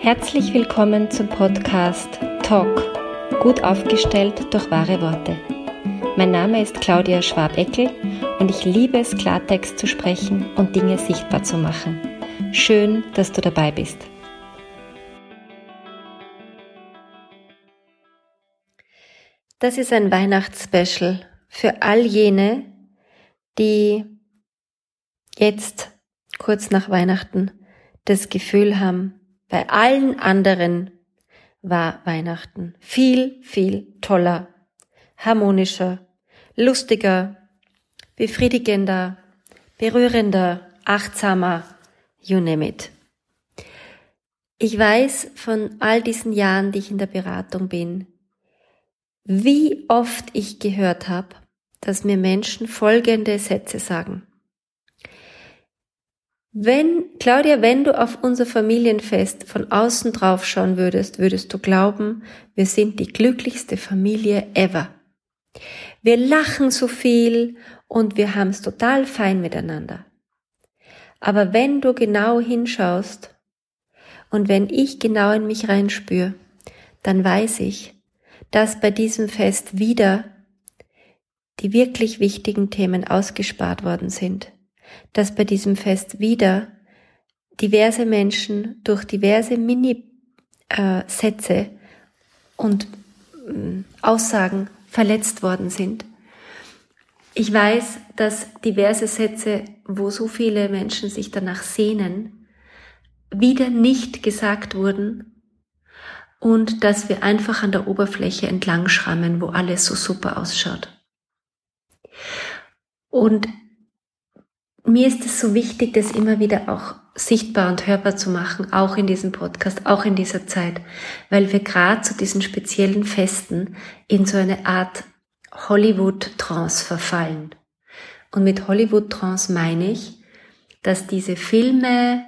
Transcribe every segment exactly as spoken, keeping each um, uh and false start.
Herzlich willkommen zum Podcast Talk, gut aufgestellt durch wahre Worte. Mein Name ist Claudia Schwab-Eckel und ich liebe es, Klartext zu sprechen und Dinge sichtbar zu machen. Schön, dass du dabei bist. Das ist ein Weihnachtsspecial für all jene, die jetzt kurz nach Weihnachten das Gefühl haben, bei allen anderen war Weihnachten viel, viel toller, harmonischer, lustiger, befriedigender, berührender, achtsamer, you name it. Ich weiß von all diesen Jahren, die ich in der Beratung bin, wie oft ich gehört habe, dass mir Menschen folgende Sätze sagen. Wenn, Claudia, wenn du auf unser Familienfest von außen drauf schauen würdest, würdest du glauben, wir sind die glücklichste Familie ever. Wir lachen so viel und wir haben es total fein miteinander. Aber wenn du genau hinschaust und wenn ich genau in mich reinspüre, dann weiß ich, dass bei diesem Fest wieder die wirklich wichtigen Themen ausgespart worden sind. Dass bei diesem Fest wieder diverse Menschen durch diverse Mini-Sätze äh, und äh, Aussagen verletzt worden sind. Ich weiß, dass diverse Sätze, wo so viele Menschen sich danach sehnen, wieder nicht gesagt wurden und dass wir einfach an der Oberfläche entlang schrammen, wo alles so super ausschaut. Und mir ist es so wichtig, das immer wieder auch sichtbar und hörbar zu machen, auch in diesem Podcast, auch in dieser Zeit, weil wir gerade zu diesen speziellen Festen in so eine Art Hollywood-Trance verfallen. Und mit Hollywood-Trance meine ich, dass diese Filme,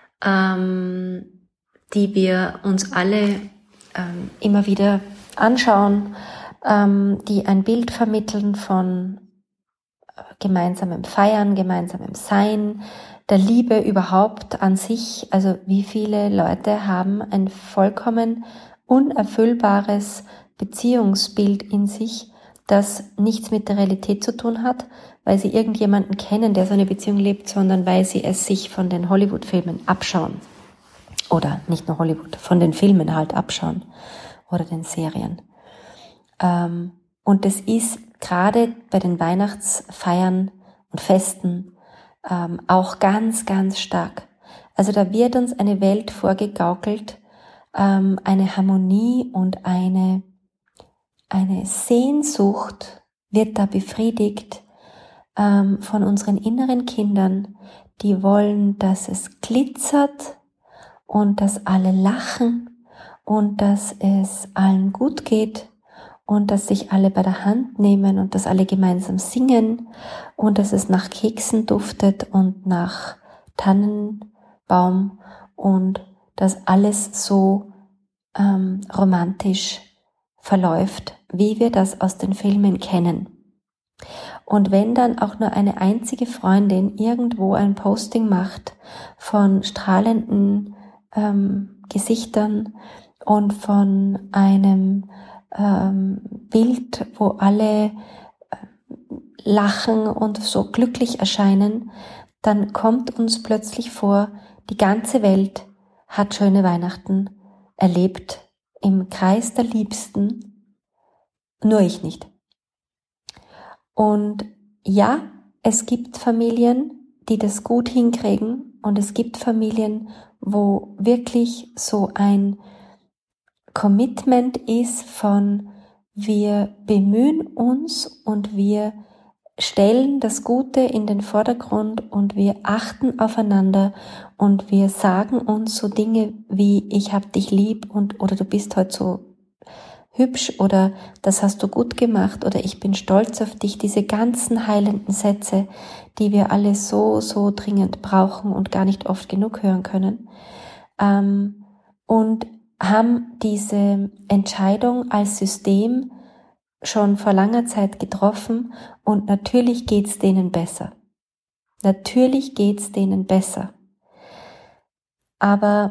ähm, die wir uns alle ähm, immer wieder anschauen, ähm, die ein Bild vermitteln von gemeinsamem Feiern, gemeinsamem Sein, der Liebe überhaupt an sich. Also wie viele Leute haben ein vollkommen unerfüllbares Beziehungsbild in sich, das nichts mit der Realität zu tun hat, weil sie irgendjemanden kennen, der so eine Beziehung lebt, sondern weil sie es sich von den Hollywood-Filmen abschauen. Oder nicht nur Hollywood, von den Filmen halt abschauen oder den Serien. Ähm, und das ist gerade bei den Weihnachtsfeiern und Festen ähm, auch ganz, ganz stark. Also da wird uns eine Welt vorgegaukelt, ähm, eine Harmonie und eine, eine Sehnsucht wird da befriedigt ähm, von unseren inneren Kindern, die wollen, dass es glitzert und dass alle lachen und dass es allen gut geht. Und dass sich alle bei der Hand nehmen und dass alle gemeinsam singen und dass es nach Keksen duftet und nach Tannenbaum und dass alles so ähm, romantisch verläuft, wie wir das aus den Filmen kennen. Und wenn dann auch nur eine einzige Freundin irgendwo ein Posting macht von strahlenden ähm, Gesichtern und von einem Ähm, Bild, wo alle äh, lachen und so glücklich erscheinen, dann kommt uns plötzlich vor, die ganze Welt hat schöne Weihnachten erlebt, im Kreis der Liebsten, nur ich nicht. Und ja, es gibt Familien, die das gut hinkriegen und es gibt Familien, wo wirklich so ein Commitment ist von wir bemühen uns und wir stellen das Gute in den Vordergrund und wir achten aufeinander und wir sagen uns so Dinge wie ich hab dich lieb und oder du bist heute so hübsch oder das hast du gut gemacht oder ich bin stolz auf dich, diese ganzen heilenden Sätze, die wir alle so, so dringend brauchen und gar nicht oft genug hören können. Ähm, und haben diese Entscheidung als System schon vor langer Zeit getroffen und natürlich geht's denen besser. Natürlich geht's denen besser. Aber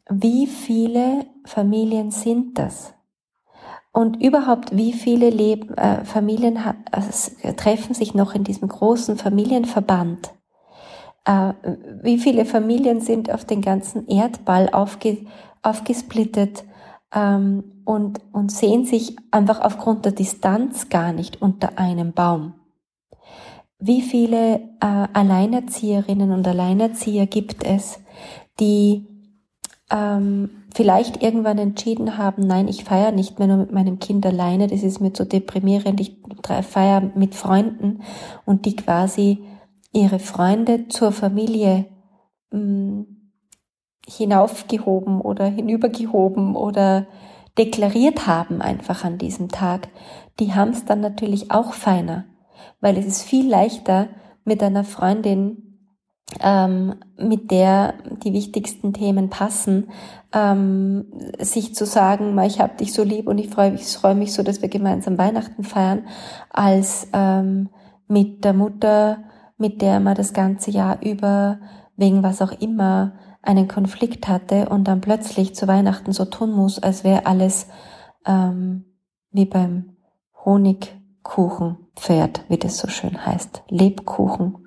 wie viele Familien sind das? Und überhaupt, wie viele Leben, äh, Familien ha- also, treffen sich noch in diesem großen Familienverband? Äh, wie viele Familien sind auf den ganzen Erdball aufge, aufgesplittet ähm, und, und sehen sich einfach aufgrund der Distanz gar nicht unter einem Baum? Wie viele äh, Alleinerzieherinnen und Alleinerzieher gibt es, die ähm, vielleicht irgendwann entschieden haben, nein, ich feiere nicht mehr nur mit meinem Kind alleine, das ist mir zu deprimierend, ich feiere mit Freunden, und die quasi ihre Freunde zur Familie mh, hinaufgehoben oder hinübergehoben oder deklariert haben einfach an diesem Tag. Die haben es dann natürlich auch feiner, weil es ist viel leichter mit einer Freundin, ähm, mit der die wichtigsten Themen passen, ähm, sich zu sagen, ich hab dich so lieb und ich freue mich, freue mich so, dass wir gemeinsam Weihnachten feiern, als ähm, mit der Mutter, mit der man das ganze Jahr über wegen was auch immer einen Konflikt hatte und dann plötzlich zu Weihnachten so tun muss, als wäre alles ähm, wie beim Honigkuchenpferd, wie das so schön heißt. Lebkuchen,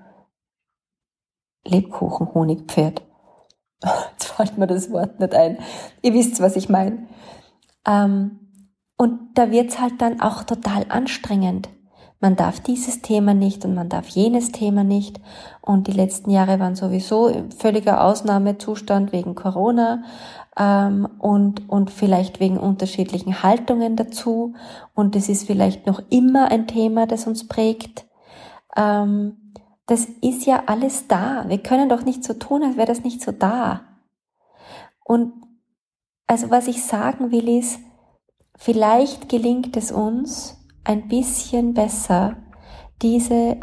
Lebkuchen, Honigpferd. Jetzt fällt mir das Wort nicht ein. Ihr wisst, was ich meine. Ähm, und da wird's halt dann auch total anstrengend. Man darf dieses Thema nicht und man darf jenes Thema nicht. Und die letzten Jahre waren sowieso völliger Ausnahmezustand wegen Corona ähm, und, und vielleicht wegen unterschiedlichen Haltungen dazu. Und es ist vielleicht noch immer ein Thema, das uns prägt. Ähm, das ist ja alles da. Wir können doch nicht so tun, als wäre das nicht so da. Und also was ich sagen will ist, vielleicht gelingt es uns ein bisschen besser, diese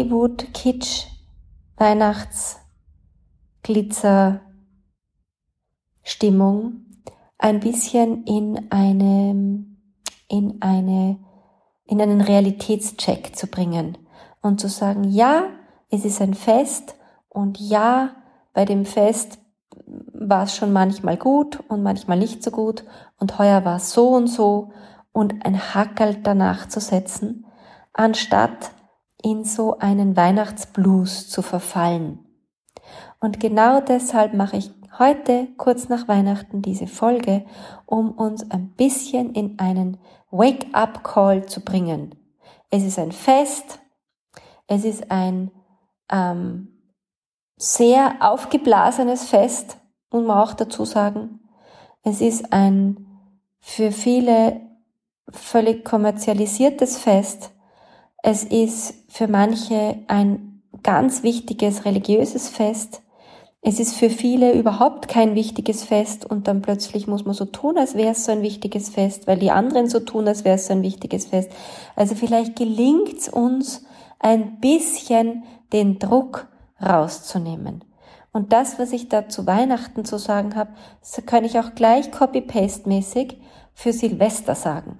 Hollywood-Kitsch-Weihnachts-Glitzer-Stimmung ein bisschen in eine, in eine, in einen Realitätscheck zu bringen und zu sagen, ja, es ist ein Fest und ja, bei dem Fest war es schon manchmal gut und manchmal nicht so gut und heuer war es so und so, und ein Hackerl danach zu setzen, anstatt in so einen Weihnachtsblues zu verfallen. Und genau deshalb mache ich heute, kurz nach Weihnachten, diese Folge, um uns ein bisschen in einen Wake-up-Call zu bringen. Es ist ein Fest, es ist ein ähm, sehr aufgeblasenes Fest, muss man auch dazu sagen. Es ist ein für viele völlig kommerzialisiertes Fest. Es ist für manche ein ganz wichtiges religiöses Fest. Es ist für viele überhaupt kein wichtiges Fest und dann plötzlich muss man so tun, als wäre es so ein wichtiges Fest, weil die anderen so tun, als wäre es so ein wichtiges Fest. Also vielleicht gelingt es uns, ein bisschen den Druck rauszunehmen. Und das, was ich da zu Weihnachten zu sagen habe, das kann ich auch gleich copy-paste-mäßig für Silvester sagen.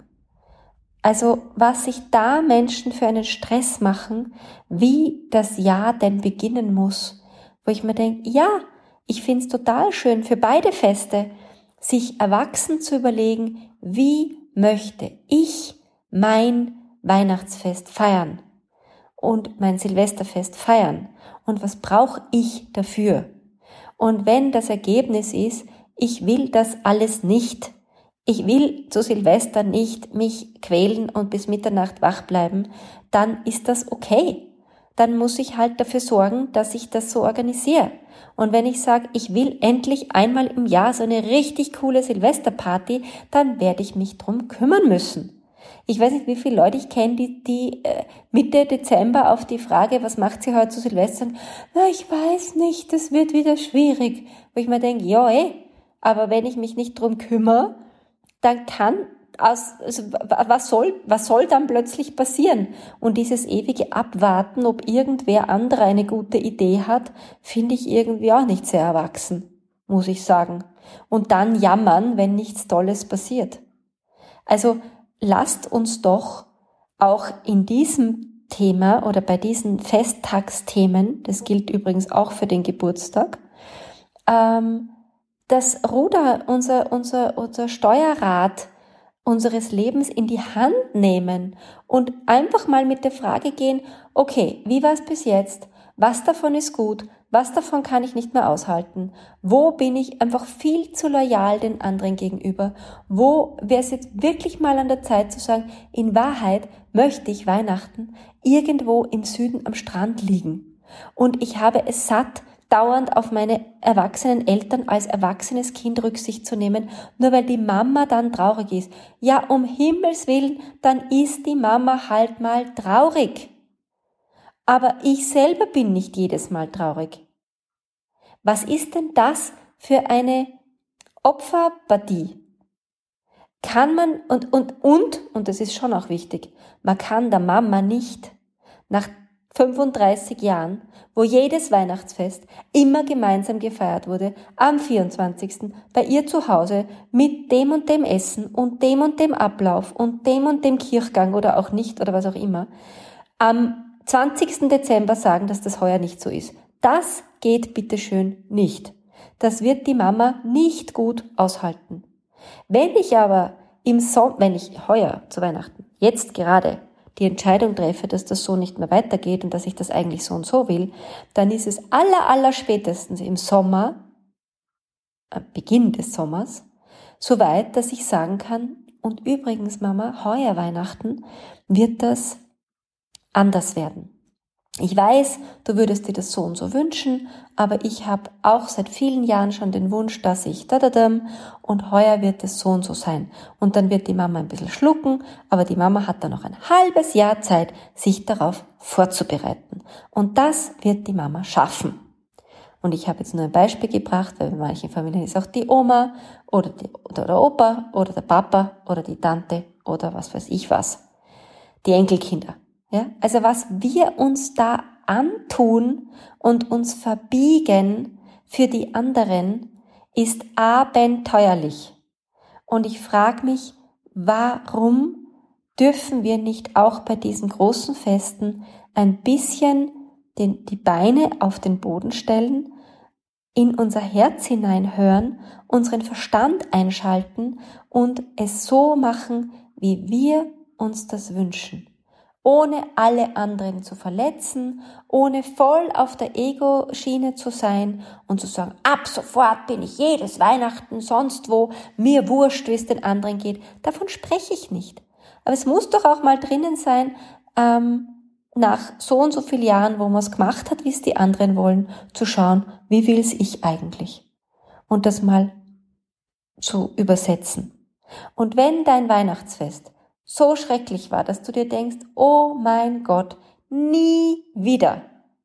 Also was sich da Menschen für einen Stress machen, wie das Jahr denn beginnen muss, wo ich mir denke, ja, ich find's total schön für beide Feste, sich erwachsen zu überlegen, wie möchte ich mein Weihnachtsfest feiern und mein Silvesterfest feiern und was brauche ich dafür? Und wenn das Ergebnis ist, ich will das alles nicht, ich will zu Silvester nicht mich quälen und bis Mitternacht wach bleiben, dann ist das okay. Dann muss ich halt dafür sorgen, dass ich das so organisiere. Und wenn ich sage, ich will endlich einmal im Jahr so eine richtig coole Silvesterparty, dann werde ich mich drum kümmern müssen. Ich weiß nicht, wie viele Leute ich kenne, die, die äh, Mitte Dezember auf die Frage, was macht sie heute zu Silvester? Na, ich weiß nicht, das wird wieder schwierig. Wo ich mir denke, ja eh, aber wenn ich mich nicht drum kümmere, dann kann aus, also, was soll, was soll dann plötzlich passieren? Und dieses ewige Abwarten, ob irgendwer anderer eine gute Idee hat, finde ich irgendwie auch nicht sehr erwachsen, muss ich sagen. Und dann jammern, wenn nichts Tolles passiert. Also lasst uns doch auch in diesem Thema oder bei diesen Festtagsthemen, das gilt übrigens auch für den Geburtstag, ähm, das Ruder, unser, unser, unser Steuerrad unseres Lebens in die Hand nehmen und einfach mal mit der Frage gehen, okay, wie war es bis jetzt? Was davon ist gut? Was davon kann ich nicht mehr aushalten? Wo bin ich einfach viel zu loyal den anderen gegenüber? Wo wäre es jetzt wirklich mal an der Zeit zu sagen, in Wahrheit möchte ich Weihnachten irgendwo im Süden am Strand liegen. Und ich habe es satt, dauernd auf meine erwachsenen Eltern als erwachsenes Kind Rücksicht zu nehmen, nur weil die Mama dann traurig ist. Ja, um Himmels Willen, dann ist die Mama halt mal traurig. Aber ich selber bin nicht jedes Mal traurig. Was ist denn das für eine Opferpartie? Kann man, und, und, und, und das ist schon auch wichtig, man kann der Mama nicht nach fünfunddreißig Jahren, wo jedes Weihnachtsfest immer gemeinsam gefeiert wurde, am vierundzwanzigsten bei ihr zu Hause mit dem und dem Essen und dem und dem Ablauf und dem und dem Kirchgang oder auch nicht oder was auch immer, am zwanzigsten Dezember sagen, dass das heuer nicht so ist. Das geht bitteschön nicht. Das wird die Mama nicht gut aushalten. Wenn ich aber im Sommer, wenn ich heuer zu Weihnachten, jetzt gerade, die Entscheidung treffe, dass das so nicht mehr weitergeht und dass ich das eigentlich so und so will, dann ist es aller, aller spätestens im Sommer, am Beginn des Sommers, so weit, dass ich sagen kann, und übrigens Mama, heuer Weihnachten wird das anders werden. Ich weiß, du würdest dir das so und so wünschen, aber ich habe auch seit vielen Jahren schon den Wunsch, dass ich dadadam und heuer wird es so und so sein. Und dann wird die Mama ein bisschen schlucken, aber die Mama hat dann noch ein halbes Jahr Zeit, sich darauf vorzubereiten. Und das wird die Mama schaffen. Und ich habe jetzt nur ein Beispiel gebracht, weil bei manchen Familien ist auch die Oma oder, die, oder der Opa oder der Papa oder die Tante oder was weiß ich was. Die Enkelkinder. Ja, also was wir uns da antun und uns verbiegen für die anderen, ist abenteuerlich. Und ich frage mich, warum dürfen wir nicht auch bei diesen großen Festen ein bisschen den, die Beine auf den Boden stellen, in unser Herz hineinhören, unseren Verstand einschalten und es so machen, wie wir uns das wünschen. Ohne alle anderen zu verletzen, ohne voll auf der Ego-Schiene zu sein und zu sagen, ab sofort bin ich jedes Weihnachten sonst wo, mir wurscht, wie es den anderen geht. Davon spreche ich nicht. Aber es muss doch auch mal drinnen sein, ähm, nach so und so vielen Jahren, wo man es gemacht hat, wie es die anderen wollen, zu schauen, wie will es ich eigentlich? Und das mal zu übersetzen. Und wenn dein Weihnachtsfest so schrecklich war, dass du dir denkst, oh mein Gott, nie wieder,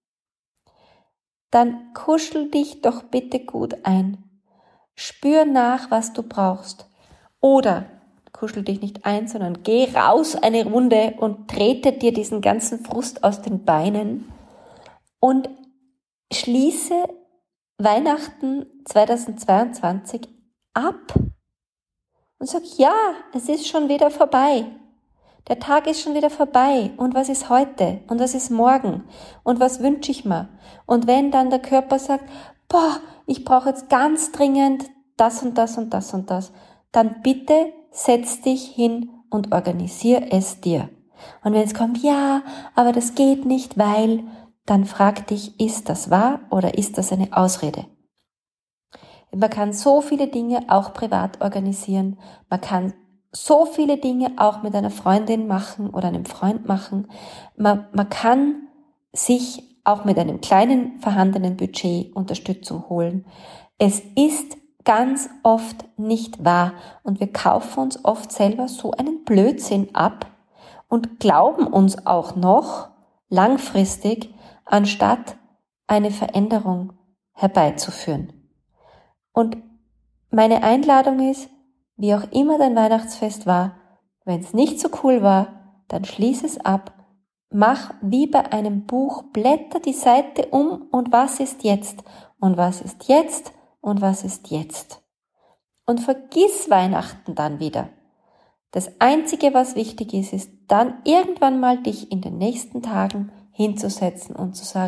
dann kuschel dich doch bitte gut ein. Spür nach, was du brauchst. Oder kuschel dich nicht ein, sondern geh raus eine Runde und trete dir diesen ganzen Frust aus den Beinen und schließe Weihnachten zweitausendzweiundzwanzig ab. Und sag, ja, es ist schon wieder vorbei. Der Tag ist schon wieder vorbei. Und was ist heute? Und was ist morgen? Und was wünsche ich mir? Und wenn dann der Körper sagt, boah, ich brauche jetzt ganz dringend das und das und das und das, dann bitte setz dich hin und organisier es dir. Und wenn es kommt, ja, aber das geht nicht, weil, dann frag dich, ist das wahr oder ist das eine Ausrede? Man kann so viele Dinge auch privat organisieren. Man kann so viele Dinge auch mit einer Freundin machen oder einem Freund machen. Man, man kann sich auch mit einem kleinen vorhandenen Budget Unterstützung holen. Es ist ganz oft nicht wahr und wir kaufen uns oft selber so einen Blödsinn ab und glauben uns auch noch langfristig, anstatt eine Veränderung herbeizuführen. Und meine Einladung ist, wie auch immer dein Weihnachtsfest war, wenn es nicht so cool war, dann schließ es ab, mach wie bei einem Buch, blätter die Seite um und was ist jetzt und was ist jetzt und was ist jetzt. Und vergiss Weihnachten dann wieder. Das Einzige, was wichtig ist, ist dann irgendwann mal dich in den nächsten Tagen hinzusetzen und zu sagen,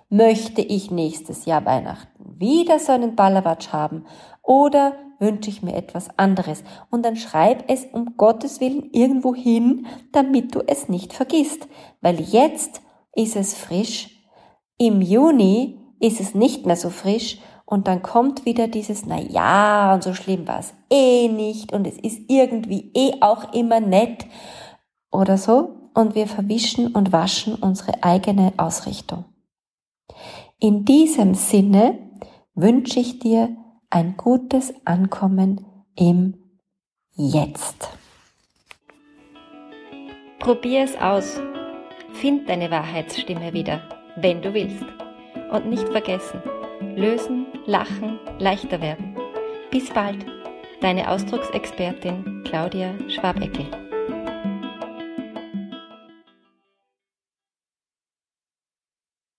Möchte ich nächstes Jahr Weihnachten wieder so einen Ballerwatsch haben oder wünsche ich mir etwas anderes? Und dann schreib es um Gottes Willen irgendwo hin, damit du es nicht vergisst. Weil jetzt ist es frisch, im Juni ist es nicht mehr so frisch und dann kommt wieder dieses, na ja, und so schlimm war es eh nicht und es ist irgendwie eh auch immer nett oder so und wir verwischen und waschen unsere eigene Ausrichtung. In diesem Sinne wünsche ich dir ein gutes Ankommen im Jetzt. Probier es aus. Find deine Wahrheitsstimme wieder, wenn du willst. Und nicht vergessen, lösen, lachen, leichter werden. Bis bald, deine Ausdrucksexpertin Claudia Schwabeckel.